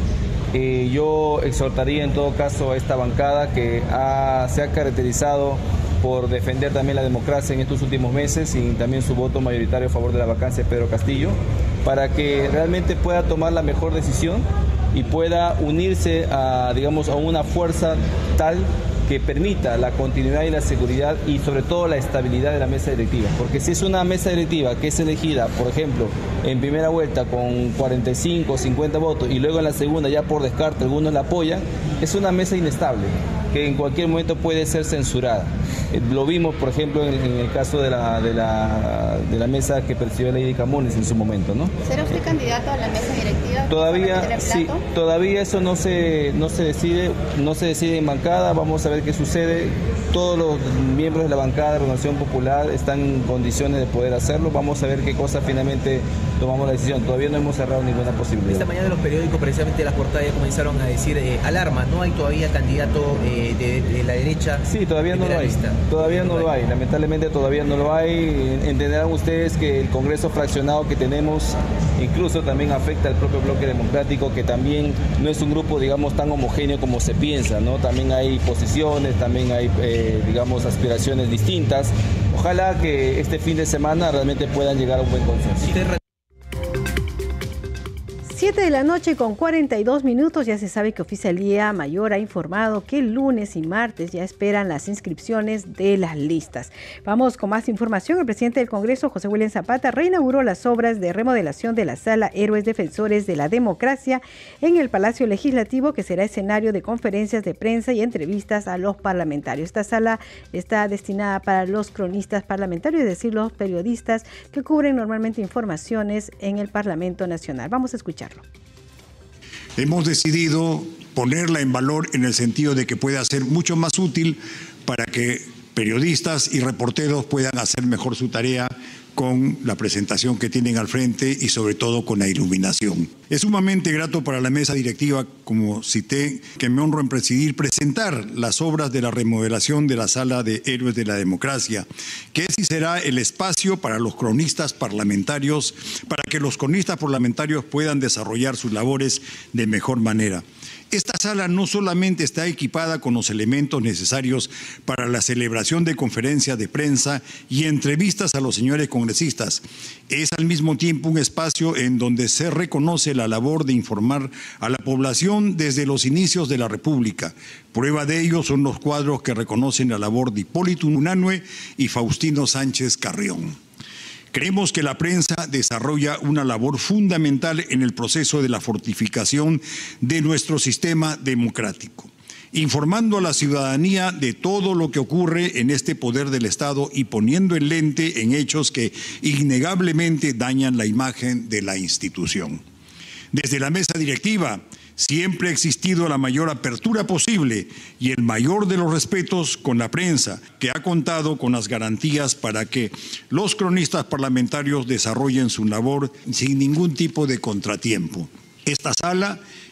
Yo exhortaría en todo caso a esta bancada que se ha caracterizado por defender también la democracia en estos últimos meses y también su voto mayoritario a favor de la vacancia de Pedro Castillo, para que realmente pueda tomar la mejor decisión y pueda unirse a una fuerza tal que permita la continuidad y la seguridad y sobre todo la estabilidad de la mesa directiva. Porque si es una mesa directiva que es elegida, por ejemplo, en primera vuelta con 45 o 50 votos y luego en la segunda ya por descarte algunos la apoyan, es una mesa inestable que en cualquier momento puede ser censurada. Lo vimos, por ejemplo, en el caso de la mesa que presidió Lady Camones en su momento, ¿no? ¿Será usted candidato a la mesa directiva? Todavía eso no se decide en bancada. Vamos a ver qué sucede. Todos los miembros de la bancada de Renovación Popular están en condiciones de poder hacerlo. Vamos a ver qué cosa finalmente tomamos la decisión. Todavía no hemos cerrado ninguna posibilidad. Esta mañana los periódicos, precisamente las portadas, ya comenzaron a decir alarma, no hay todavía candidato de la derecha. Sí, todavía no lo hay. Todavía no lo hay, lamentablemente todavía no lo hay. Entenderán ustedes que el Congreso fraccionado que tenemos incluso también afecta al propio bloque democrático, que también no es un grupo, digamos, tan homogéneo como se piensa, ¿no? También hay posiciones, también hay, aspiraciones distintas. Ojalá que este fin de semana realmente puedan llegar a un buen consenso. 7 de la noche con 42 minutos, ya se sabe que Oficialía Mayor ha informado que el lunes y martes ya esperan las inscripciones de las listas. Vamos con más información. El presidente del Congreso, José William Zapata, reinauguró las obras de remodelación de la Sala Héroes Defensores de la Democracia en el Palacio Legislativo, que será escenario de conferencias de prensa y entrevistas a los parlamentarios. Esta sala está destinada para los cronistas parlamentarios, es decir, los periodistas que cubren normalmente informaciones en el Parlamento Nacional. Vamos a escuchar. Hemos decidido ponerla en valor en el sentido de que pueda ser mucho más útil para que periodistas y reporteros puedan hacer mejor su tarea con la presentación que tienen al frente y sobre todo con la iluminación. Es sumamente grato para la mesa directiva, como cité, que me honro en presidir, presentar las obras de la remodelación de la Sala de Héroes de la Democracia, que es y será el espacio para los cronistas parlamentarios, para que los cronistas parlamentarios puedan desarrollar sus labores de mejor manera. Esta sala no solamente está equipada con los elementos necesarios para la celebración de conferencias de prensa y entrevistas a los señores congresistas, es al mismo tiempo un espacio en donde se reconoce la labor de informar a la población desde los inicios de la República. Prueba de ello son los cuadros que reconocen la labor de Hipólito Unanue y Faustino Sánchez Carrión. Creemos que la prensa desarrolla una labor fundamental en el proceso de la fortificación de nuestro sistema democrático, informando a la ciudadanía de todo lo que ocurre en este poder del Estado y poniendo el lente en hechos que innegablemente dañan la imagen de la institución. Desde la mesa directiva, siempre ha existido la mayor apertura posible y el mayor de los respetos con la prensa, que ha contado con las garantías para que los cronistas parlamentarios desarrollen su labor sin ningún tipo de contratiempo. Esta sala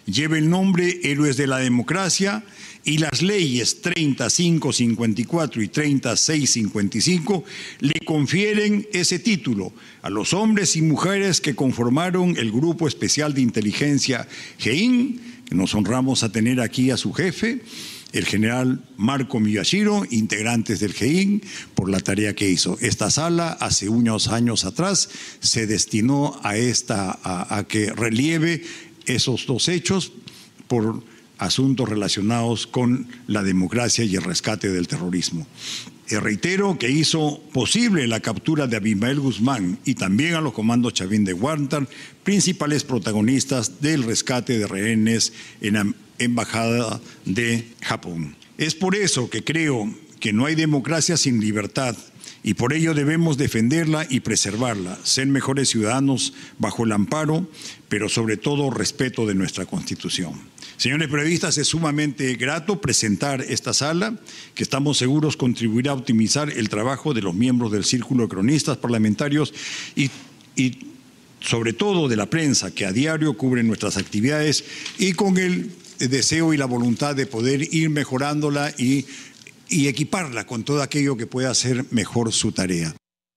lleva el nombre Héroes de la Democracia y las leyes 3554 y 3655 le confieren ese título a los hombres y mujeres que conformaron el Grupo Especial de Inteligencia GEIN, que nos honramos a tener aquí a su jefe, el general Marco Miyashiro, integrantes del GEIN, por la tarea que hizo. Esta sala, hace unos años atrás, se destinó a que relieve esos dos hechos por asuntos relacionados con la democracia y el rescate del terrorismo. Reitero que hizo posible la captura de Abimael Guzmán y también a los comandos Chavín de Huántar, principales protagonistas del rescate de rehenes en la Embajada de Japón. Es por eso que creo que no hay democracia sin libertad y por ello debemos defenderla y preservarla, ser mejores ciudadanos bajo el amparo, pero sobre todo respeto de nuestra Constitución. Señores periodistas, es sumamente grato presentar esta sala, que estamos seguros contribuirá a optimizar el trabajo de los miembros del Círculo de Cronistas Parlamentarios y sobre todo de la prensa, que a diario cubre nuestras actividades y con el deseo y la voluntad de poder ir mejorándola y equiparla con todo aquello que pueda hacer mejor su tarea.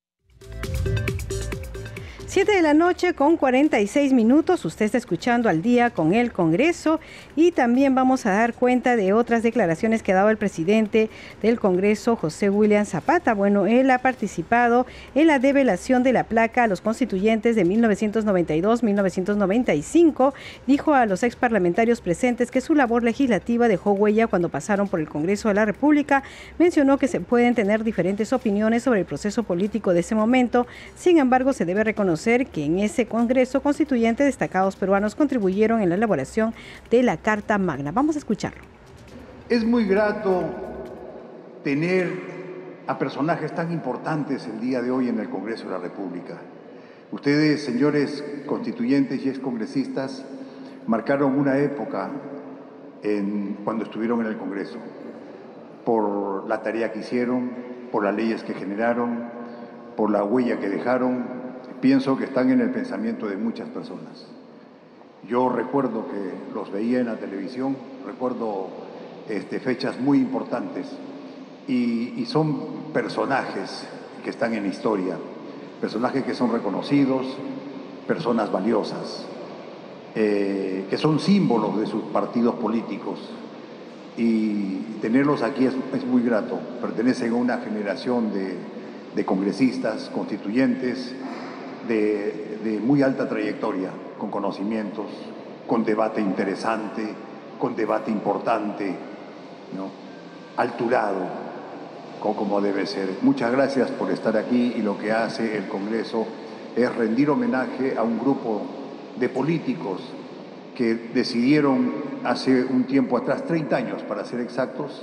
7 de la noche con 46 minutos, usted está escuchando Al Día con el Congreso y también vamos a dar cuenta de otras declaraciones que ha dado el presidente del Congreso, José William Zapata. Bueno, él ha participado en la develación de la placa a los constituyentes de 1992-1995. Dijo a los exparlamentarios presentes que su labor legislativa dejó huella cuando pasaron por el Congreso de la República. Mencionó que se pueden tener diferentes opiniones sobre el proceso político de ese momento, sin embargo se debe reconocer que en ese Congreso constituyentes destacados peruanos contribuyeron en la elaboración de la Carta Magna. Vamos a escucharlo. Es muy grato tener a personajes tan importantes el día de hoy en el Congreso de la República. Ustedes, señores constituyentes y excongresistas, marcaron una época cuando estuvieron en el Congreso, por la tarea que hicieron, por las leyes que generaron, por la huella que dejaron. Pienso que están en el pensamiento de muchas personas. Yo recuerdo que los veía en la televisión, recuerdo fechas muy importantes y son personajes que están en la historia, personajes que son reconocidos, personas valiosas, que son símbolos de sus partidos políticos y tenerlos aquí es muy grato. Pertenecen a una generación de congresistas, constituyentes, de muy alta trayectoria, con conocimientos, con debate interesante, con debate importante, ¿no? Alturado, como debe ser. Muchas gracias por estar aquí y lo que hace el Congreso es rendir homenaje a un grupo de políticos que decidieron hace un tiempo atrás, 30 años para ser exactos,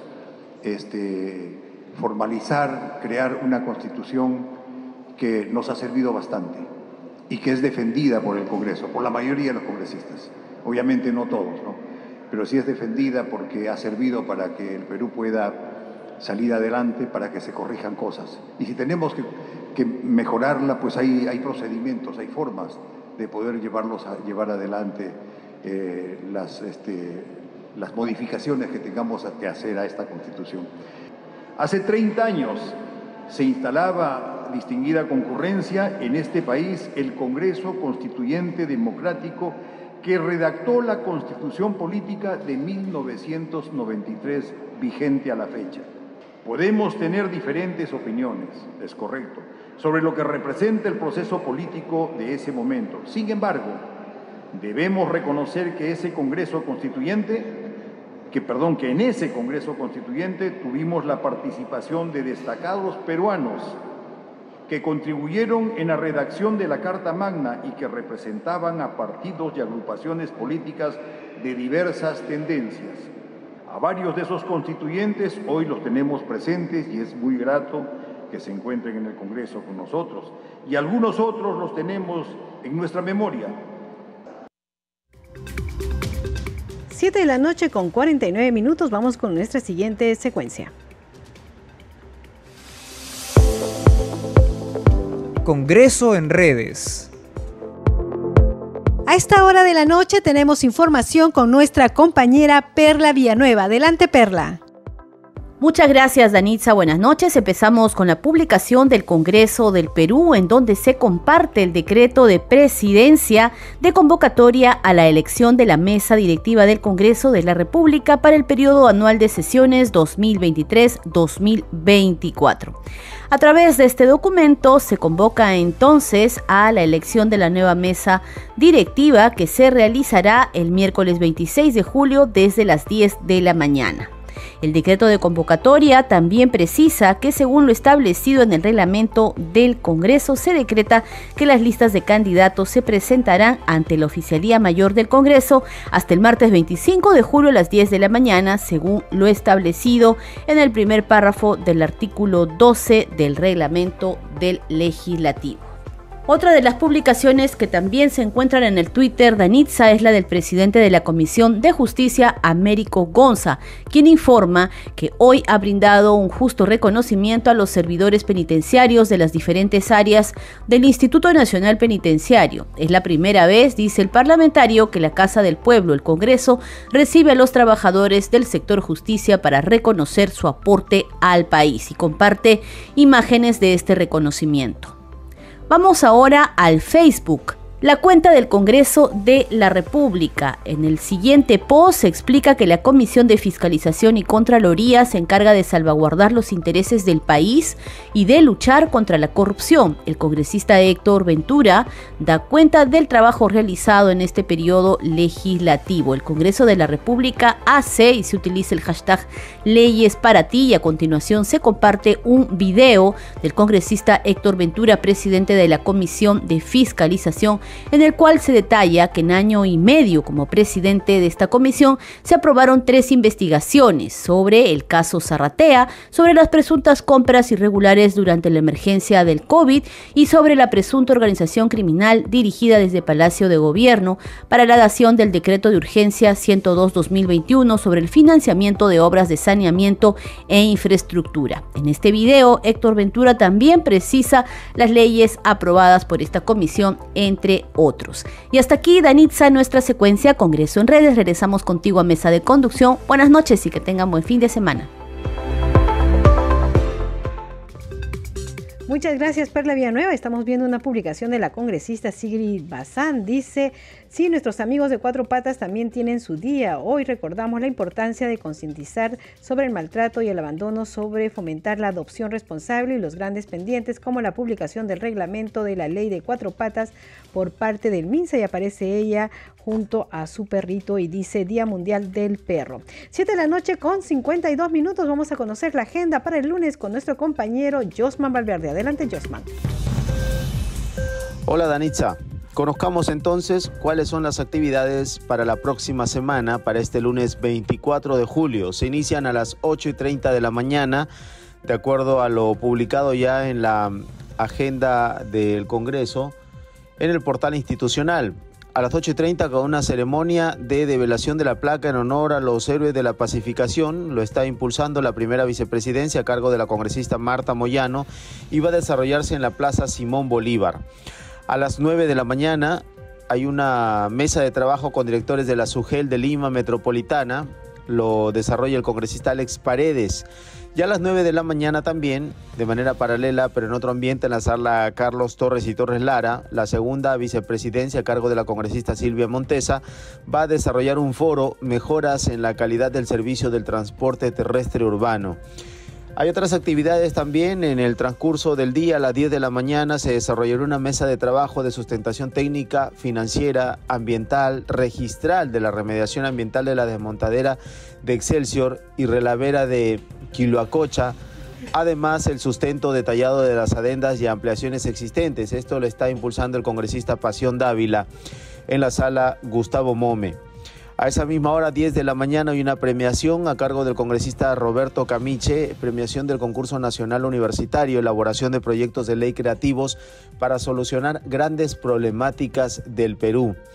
formalizar, crear una constitución que nos ha servido bastante y que es defendida por el Congreso, por la mayoría de los congresistas. Obviamente no todos, ¿no? Pero sí es defendida porque ha servido para que el Perú pueda salir adelante, para que se corrijan cosas. Y si tenemos que mejorarla, pues hay procedimientos, hay formas de poder llevar adelante las modificaciones que tengamos que hacer a esta Constitución. Hace 30 años se instalaba distinguida concurrencia en este país el Congreso Constituyente Democrático que redactó la Constitución Política de 1993, vigente a la fecha. Podemos tener diferentes opiniones, es correcto, sobre lo que representa el proceso político de ese momento. Sin embargo, debemos reconocer que ese Congreso Constituyente, que en ese Congreso Constituyente tuvimos la participación de destacados peruanos que contribuyeron en la redacción de la Carta Magna y que representaban a partidos y agrupaciones políticas de diversas tendencias. A varios de esos constituyentes hoy los tenemos presentes y es muy grato que se encuentren en el Congreso con nosotros. Y algunos otros los tenemos en nuestra memoria. 7 de la noche con 49 minutos, vamos con nuestra siguiente secuencia. Congreso en redes. A A esta hora de la noche tenemos información con nuestra compañera Perla Villanueva. Adelante, Perla. Muchas gracias, Danitza. Buenas noches. Empezamos con la publicación del Congreso del Perú, en donde se comparte el decreto de presidencia de convocatoria a la elección de la mesa directiva del Congreso de la República para el periodo anual de sesiones 2023-2024. A través de este documento se convoca entonces a la elección de la nueva mesa directiva, que se realizará el miércoles 26 de julio desde las 10 de la mañana. El decreto de convocatoria también precisa que, según lo establecido en el reglamento del Congreso, se decreta que las listas de candidatos se presentarán ante la Oficialía Mayor del Congreso hasta el martes 25 de julio a las 10 de la mañana, según lo establecido en el primer párrafo del artículo 12 del reglamento del Legislativo. Otra de las publicaciones que también se encuentran en el Twitter, Danitza, es la del presidente de la Comisión de Justicia, Américo Gonza, quien informa que hoy ha brindado un justo reconocimiento a los servidores penitenciarios de las diferentes áreas del Instituto Nacional Penitenciario. Es la primera vez, dice el parlamentario, que la Casa del Pueblo, el Congreso, recibe a los trabajadores del sector justicia para reconocer su aporte al país, y comparte imágenes de este reconocimiento. Vamos ahora al Facebook, la cuenta del Congreso de la República. En el siguiente post se explica que la Comisión de Fiscalización y Contraloría se encarga de salvaguardar los intereses del país y de luchar contra la corrupción. El congresista Héctor Ventura da cuenta del trabajo realizado en este periodo legislativo. El Congreso de la República hace, y se utiliza el hashtag Leyes para ti, y a continuación se comparte un video del congresista Héctor Ventura, presidente de la Comisión de Fiscalización, en el cual se detalla que en año y medio como presidente de esta comisión se aprobaron 3 investigaciones sobre el caso Zarratea, sobre las presuntas compras irregulares durante la emergencia del COVID y sobre la presunta organización criminal dirigida desde Palacio de Gobierno para la dación del decreto de urgencia 102-2021 sobre el financiamiento de obras de saneamiento e infraestructura. En este video, Héctor Ventura también precisa las leyes aprobadas por esta comisión, entre otros. Y hasta aquí, Danitza, nuestra secuencia Congreso en Redes. Regresamos contigo a mesa de conducción. Buenas noches y que tengan buen fin de semana. Muchas gracias, Perla Villanueva. Estamos viendo una publicación de la congresista Sigrid Bazán. Dice: sí, nuestros amigos de Cuatro Patas también tienen su día. Hoy recordamos la importancia de concientizar sobre el maltrato y el abandono, sobre fomentar la adopción responsable y los grandes pendientes, como la publicación del reglamento de la ley de Cuatro Patas por parte del MINSA, y aparece ella junto a su perrito y dice Día Mundial del Perro. 7 de la noche con 52 minutos. Vamos a conocer la agenda para el lunes con nuestro compañero Josman Valverde. Adelante, Josman. Hola, Danitza. Conozcamos entonces cuáles son las actividades para la próxima semana, para este lunes 24 de julio. Se inician a las 8:30 de la mañana, de acuerdo a lo publicado ya en la agenda del Congreso, en el portal institucional. A las 8:30 con una ceremonia de develación de la placa en honor a los héroes de la pacificación. Lo está impulsando la primera vicepresidencia a cargo de la congresista Marta Moyano y va a desarrollarse en la Plaza Simón Bolívar. A las 9 de la mañana hay una mesa de trabajo con directores de la SUGEL de Lima Metropolitana. Lo desarrolla el congresista Alex Paredes. Ya a las 9 de la mañana también, de manera paralela, pero en otro ambiente, en la sala Carlos Torres y Torres Lara, la segunda vicepresidencia a cargo de la congresista Silvia Montesa va a desarrollar un foro, mejoras en la calidad del servicio del transporte terrestre urbano. Hay otras actividades también. En el transcurso del día, a las 10 de la mañana, se desarrollará una mesa de trabajo de sustentación técnica, financiera, ambiental, registral de la remediación ambiental de la desmontadera de Excelsior y relavera de Quiloacocha. Además, el sustento detallado de las adendas y ampliaciones existentes. Esto lo está impulsando el congresista Pasión Dávila en la sala Gustavo Mome. A esa misma hora, 10 de la mañana, hay una premiación a cargo del congresista Roberto Camiche, premiación del concurso nacional universitario, elaboración de proyectos de ley creativos para solucionar grandes problemáticas del Perú.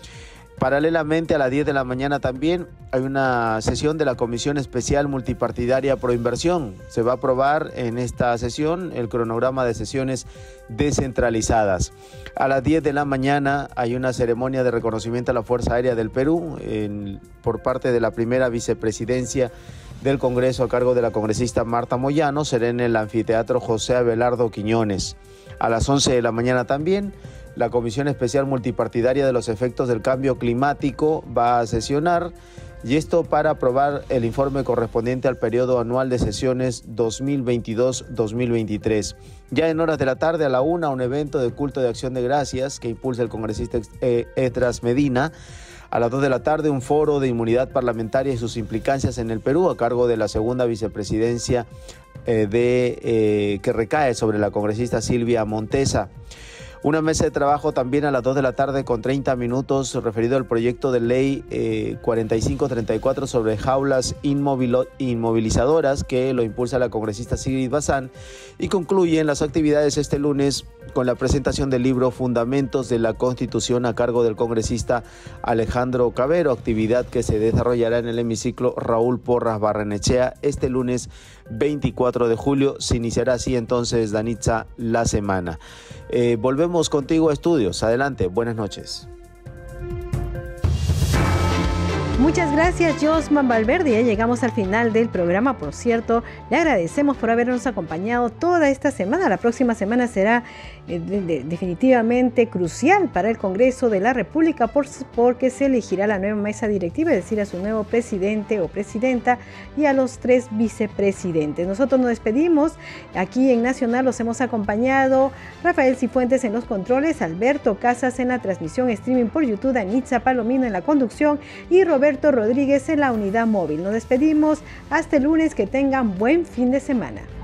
Paralelamente, a las 10 de la mañana también hay una sesión de la Comisión Especial Multipartidaria Proinversión. Se va a aprobar en esta sesión el cronograma de sesiones descentralizadas. A las 10 de la mañana hay una ceremonia de reconocimiento a la Fuerza Aérea del Perú por parte de la primera vicepresidencia del Congreso a cargo de la congresista Marta Moyano. Será en el anfiteatro José Abelardo Quiñones. A las 11 de la mañana también la Comisión Especial Multipartidaria de los Efectos del Cambio Climático va a sesionar, y esto para aprobar el informe correspondiente al periodo anual de sesiones 2022-2023. Ya en horas de la tarde, a la 1, un evento de culto de acción de gracias que impulsa el congresista Etras Medina. A las 2 de la tarde, un foro de inmunidad parlamentaria y sus implicancias en el Perú a cargo de la segunda vicepresidencia que recae sobre la congresista Silvia Montesa. Una mesa de trabajo también a las 2 de la tarde con 30 minutos referido al proyecto de ley 4534 sobre jaulas inmovilizadoras que lo impulsa la congresista Sigrid Bazán, y concluyen las actividades este lunes con la presentación del libro Fundamentos de la Constitución a cargo del congresista Alejandro Cabero, actividad que se desarrollará en el hemiciclo Raúl Porras Barrenechea este lunes 24 de julio. Se iniciará así entonces, Danitza, la semana. Volvemos contigo a estudios. Adelante, buenas noches. Muchas gracias, Josman Valverde. Ya llegamos al final del programa. Por cierto, le agradecemos por habernos acompañado toda esta semana. La próxima semana será definitivamente crucial para el Congreso de la República porque se elegirá la nueva mesa directiva, es decir, a su nuevo presidente o presidenta y a los 3 vicepresidentes. Nosotros nos despedimos. Aquí en Nacional los hemos acompañado Rafael Cifuentes en los controles, Alberto Casas en la transmisión streaming por YouTube, Danitza Palomino en la conducción y Roberto Rodríguez en la unidad móvil. Nos despedimos hasta el lunes. Que tengan buen fin de semana.